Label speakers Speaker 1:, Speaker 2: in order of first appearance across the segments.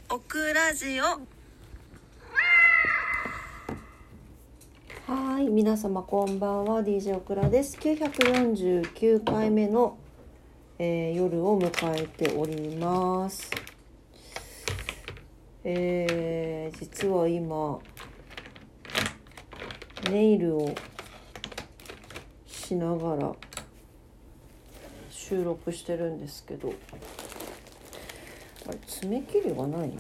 Speaker 1: オクラジオ。
Speaker 2: はい、皆様こんばんは。 DJ オクラです。949回目の、夜を迎えております。実は今ネイルをしながら収録してるんですけど、あれ爪切りがないな。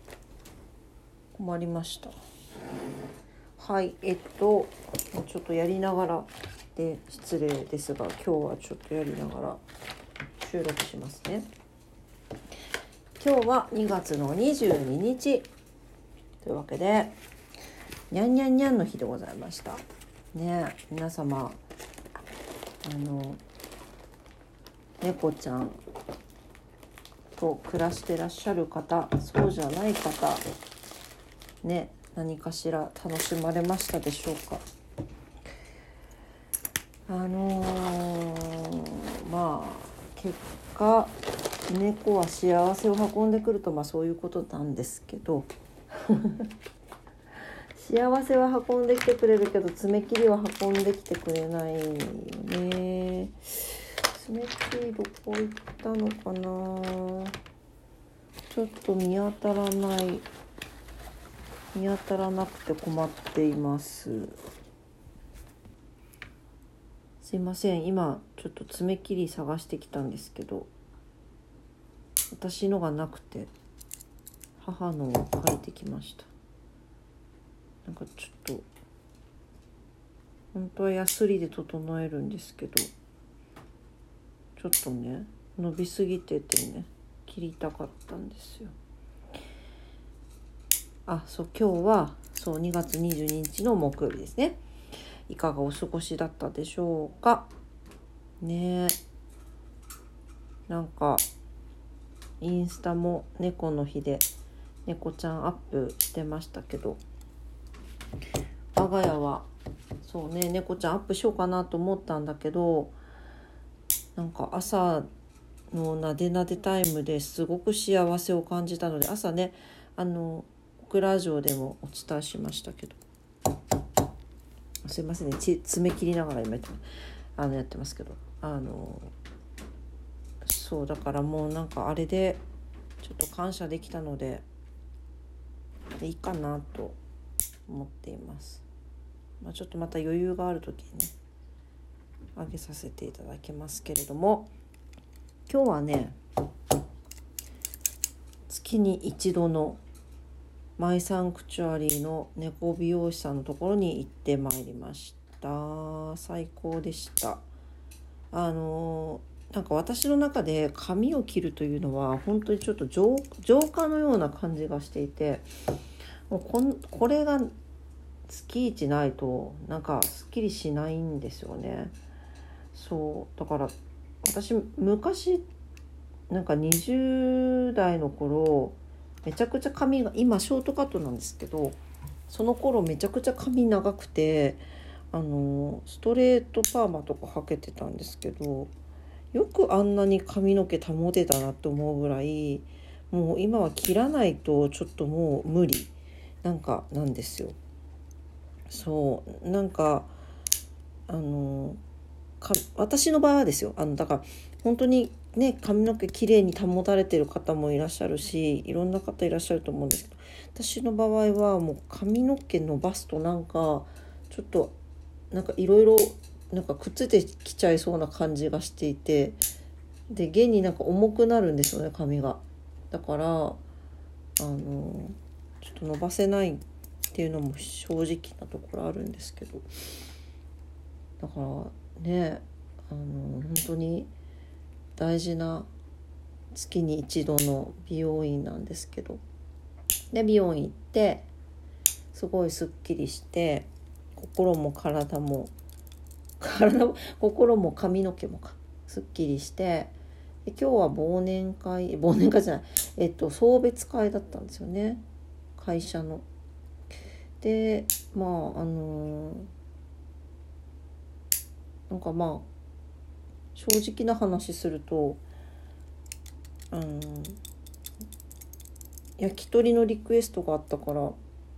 Speaker 2: 困りました。はい、ちょっとやりながらで失礼ですが、今日はちょっとやりながら収録しますね。今日は2月の22日というわけで、にゃんにゃんにゃんの日でございましたね。皆様猫ちゃんと暮らしてらっしゃる方、そうじゃない方ね、何かしら楽しまれましたでしょうか。まあ結果猫は幸せを運んでくると、そういうことなんですけど幸せは運んできてくれるけど、爪切りは運んできてくれないよね。爪切りどこ行ったのかな。ちょっと見当たらなくて困っています。すいません、今ちょっと爪切り探してきたんですけど、私のがなくて母のを借りてきました。なんかちょっと本当はヤスリで整えるんですけど、ちょっとね伸びすぎててね、切りたかったんですよ。今日は2月22日の木曜日ですね。いかがお過ごしだったでしょうかね。なんかインスタも猫の日で猫ちゃんアップしてましたけど、我が家は猫ちゃんアップしようかなと思ったんだけど、なんか朝のなでなでタイムですごく幸せを感じたので、朝ねオクラジオでもお伝えしましたけど、すいませんね、爪切りながら今やってますけど、だからもうなんかあれでちょっと感謝できたのでいいかなと思っています。ちょっとまた余裕がある時にねあげさせていただきますけれども、今日はね月に一度のマイサンクチュアリーの猫美容師さんのところに行ってまいりました。最高でした。なんか私の中で髪を切るというのは本当にちょっと浄化のような感じがしていて、もうこれが月一ないとなんかすっきりしないんですよね。だから私昔なんか20代の頃めちゃくちゃ髪が、今ショートカットなんですけど、その頃めちゃくちゃ髪長くてストレートパーマとかかけてたんですけど、よくあんなに髪の毛保てたなって思うぐらい、もう今は切らないとちょっともう無理なんですよ。なんか私の場合はですよ、だから本当にね髪の毛きれいに保たれてる方もいらっしゃるし、いろんな方いらっしゃると思うんですけど、私の場合はもう髪の毛伸ばすとなんかちょっとなんかいろいろなんかくっついてきちゃいそうな感じがしていて、で現になんか重くなるんですよね、髪が。だからちょっと伸ばせないっていうのも正直なところあるんですけど、だからね本当に大事な月に一度の美容院なんですけど、で美容院行ってすごいすっきりして、心も心も髪の毛もすっきりして、で今日は忘年会じゃない送別会だったんですよね、会社の。でなんか正直な話すると焼き鳥のリクエストがあったから、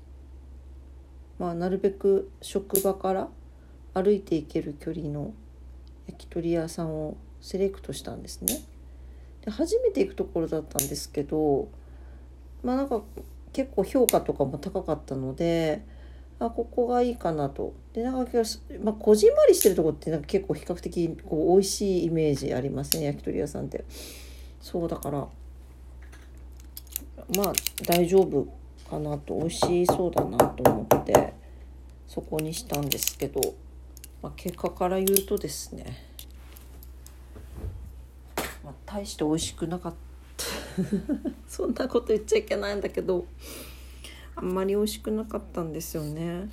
Speaker 2: なるべく職場から歩いて行ける距離の焼き鳥屋さんをセレクトしたんですね。で初めて行くところだったんですけど、なんか結構評価とかも高かったので、ここがいいかなと。でなんか、こじんまりしてるところってなんか結構比較的美味しいイメージありません、焼き鳥屋さんって。そうだから大丈夫かなと、美味しそうだなと思ってそこにしたんですけど、結果から言うとですね、大して美味しくなかったそんなこと言っちゃいけないんだけど、あんまり美味しくなかったんですよね。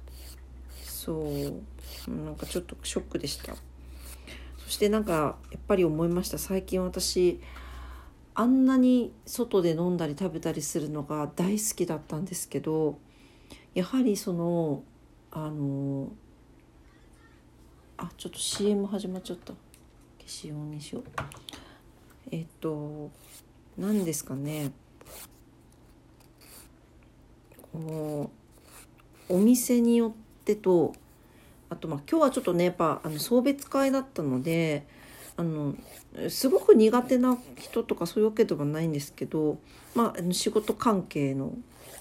Speaker 2: なんかちょっとショックでした。そしてなんかやっぱり思いました。最近私あんなに外で飲んだり食べたりするのが大好きだったんですけど、やはりちょっと CM 始まっちゃった。消し音にしよう。何ですかね、お店によってと、あと今日はちょっとねやっぱ送別会だったので、すごく苦手な人とかそういうわけではないんですけど、仕事関係の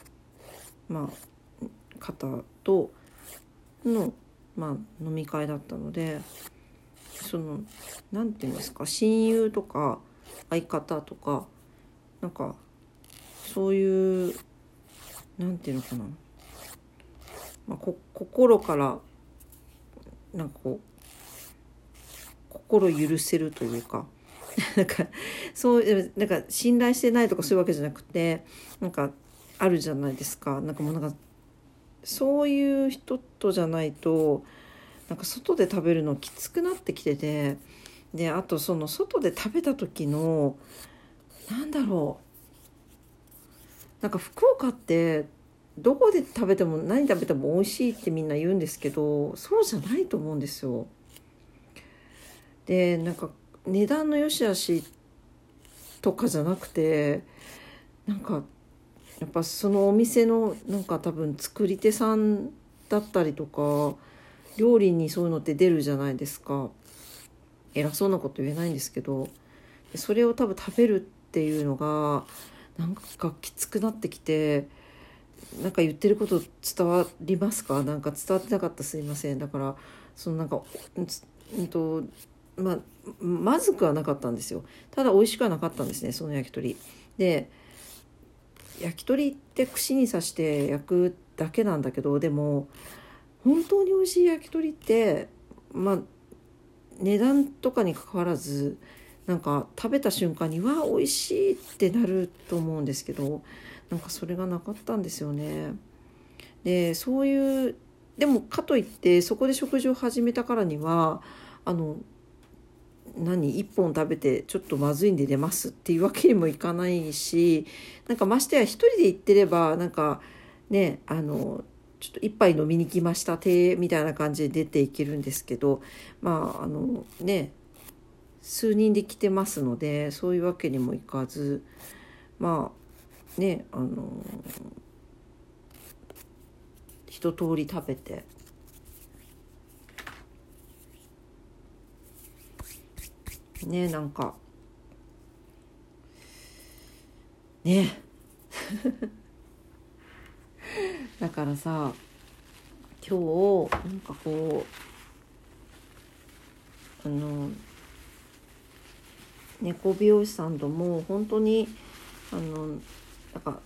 Speaker 2: 方との飲み会だったので、なんていうんですか、親友とか相方とかなんかそういうなんていうのかな、心からなんか心許せるというかなんか信頼してないとかそういうわけじゃなくて、なんかあるじゃないですか。なんかそういう人とじゃないとなんか外で食べるのきつくなってきてて、であとその外で食べた時のなんか福岡ってどこで食べても何食べても美味しいってみんな言うんですけど、そうじゃないと思うんですよ。でなんか値段の良し悪しとかじゃなくて、なんかやっぱそのお店のなんか多分作り手さんだったりとか、料理にそういうのって出るじゃないですか。偉そうなこと言えないんですけど、それを多分食べるっていうのがなんかきつくなってきて、なんか言ってること伝わりますか？なんか伝わってなかった、すいません。だからなんかまずくはなかったんですよ。ただ美味しくはなかったんですね、その焼き鳥で。焼き鳥って串に刺して焼くだけなんだけど、でも本当に美味しい焼き鳥って値段とかにかかわらずなんか食べた瞬間に美味しいってなると思うんですけど、なんかそれがなかったんですよね。でそういうでもかといってそこで食事を始めたからには一本食べてちょっとまずいんで出ますっていうわけにもいかないし、なんかましてや一人で行ってればなんかねちょっと一杯飲みに来ましたみたいな感じで出ていけるんですけど、数人で来てますのでそういうわけにもいかず、一通り食べてね、なんかねだからさ、今日なんか猫美容師さんとも本当になんか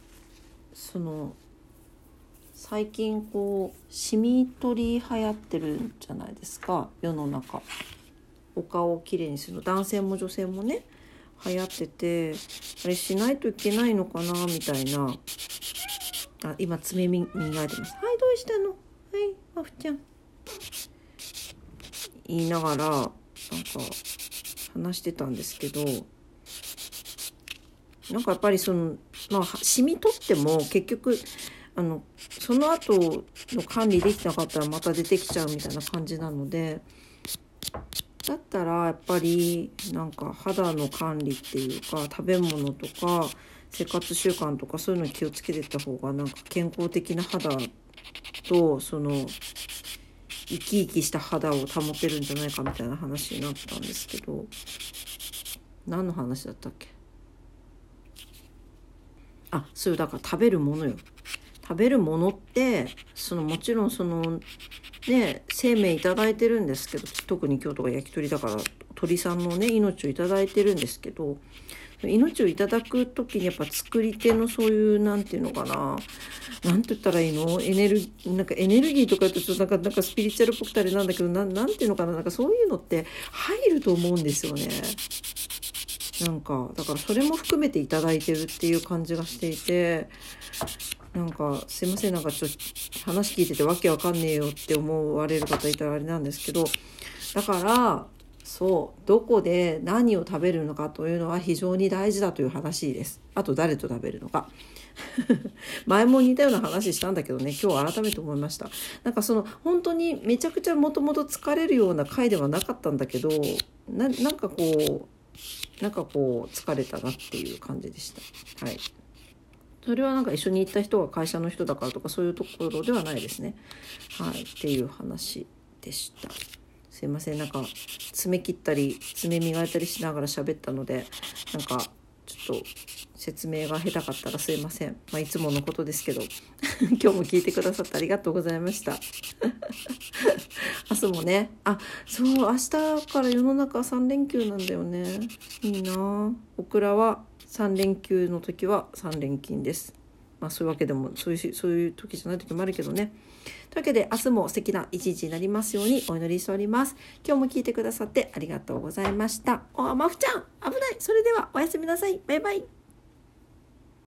Speaker 2: 最近シミ取り流行ってるんじゃないですか、世の中。お顔をきれいにするの、男性も女性もね流行ってて、あれしないといけないのかなみたいな。今爪磨いてます。はい、どうしたの？はい、マフちゃん言いながらなんか話してたんですけど、なんかやっぱりシミ取っても結局その後の管理できなかったらまた出てきちゃうみたいな感じなので、だったらやっぱりなんか肌の管理っていうか食べ物とか生活習慣とかそういうのに気をつけていった方がなんか健康的な肌とその生き生きした肌を保てるんじゃないかみたいな話になったんですけど、何の話だったっけ。そうだから食べるものよ。食べるものってもちろんね生命いただいてるんですけど、特に今日とか焼き鳥だから鳥さんのね命をいただいてるんですけど、命をいただく時にやっぱ作り手のそういうなんていうのかな、なんて言ったらいいの、なんかエネルギーとか言うとちょっとなんかスピリチュアルっぽくたりなんだけど、なんていうのかな、なんかそういうのって入ると思うんですよね。なんかだからそれも含めていただいてるっていう感じがしていて、なんかすいません、なんかちょっと話聞いててわけわかんねえよって思われる方いたらあれなんですけど、だからどこで何を食べるのかというのは非常に大事だという話です。あと誰と食べるのか前も似たような話したんだけどね、今日改めて思いました。なんか本当にめちゃくちゃもともと疲れるような回ではなかったんだけど、なんかこう疲れたなっていう感じでした。はい。それはなんか一緒に行った人が会社の人だからとかそういうところではないですね。はい、っていう話でした。すいません、なんか爪切ったり爪磨いたりしながら喋ったので、なんかちょっと説明が下手かったらすいません。いつものことですけど今日も聞いてくださってありがとうございました明日もね、明日から世の中3連休なんだよね。いいな。オクラは3連休の時は3連勤です。そういうわけでもそういう時じゃない時もあるけどね。というわけで明日も素敵な一日になりますようにお祈りしております。今日も聞いてくださってありがとうございました。マフちゃん危ない。それではおやすみなさい。バイバイ。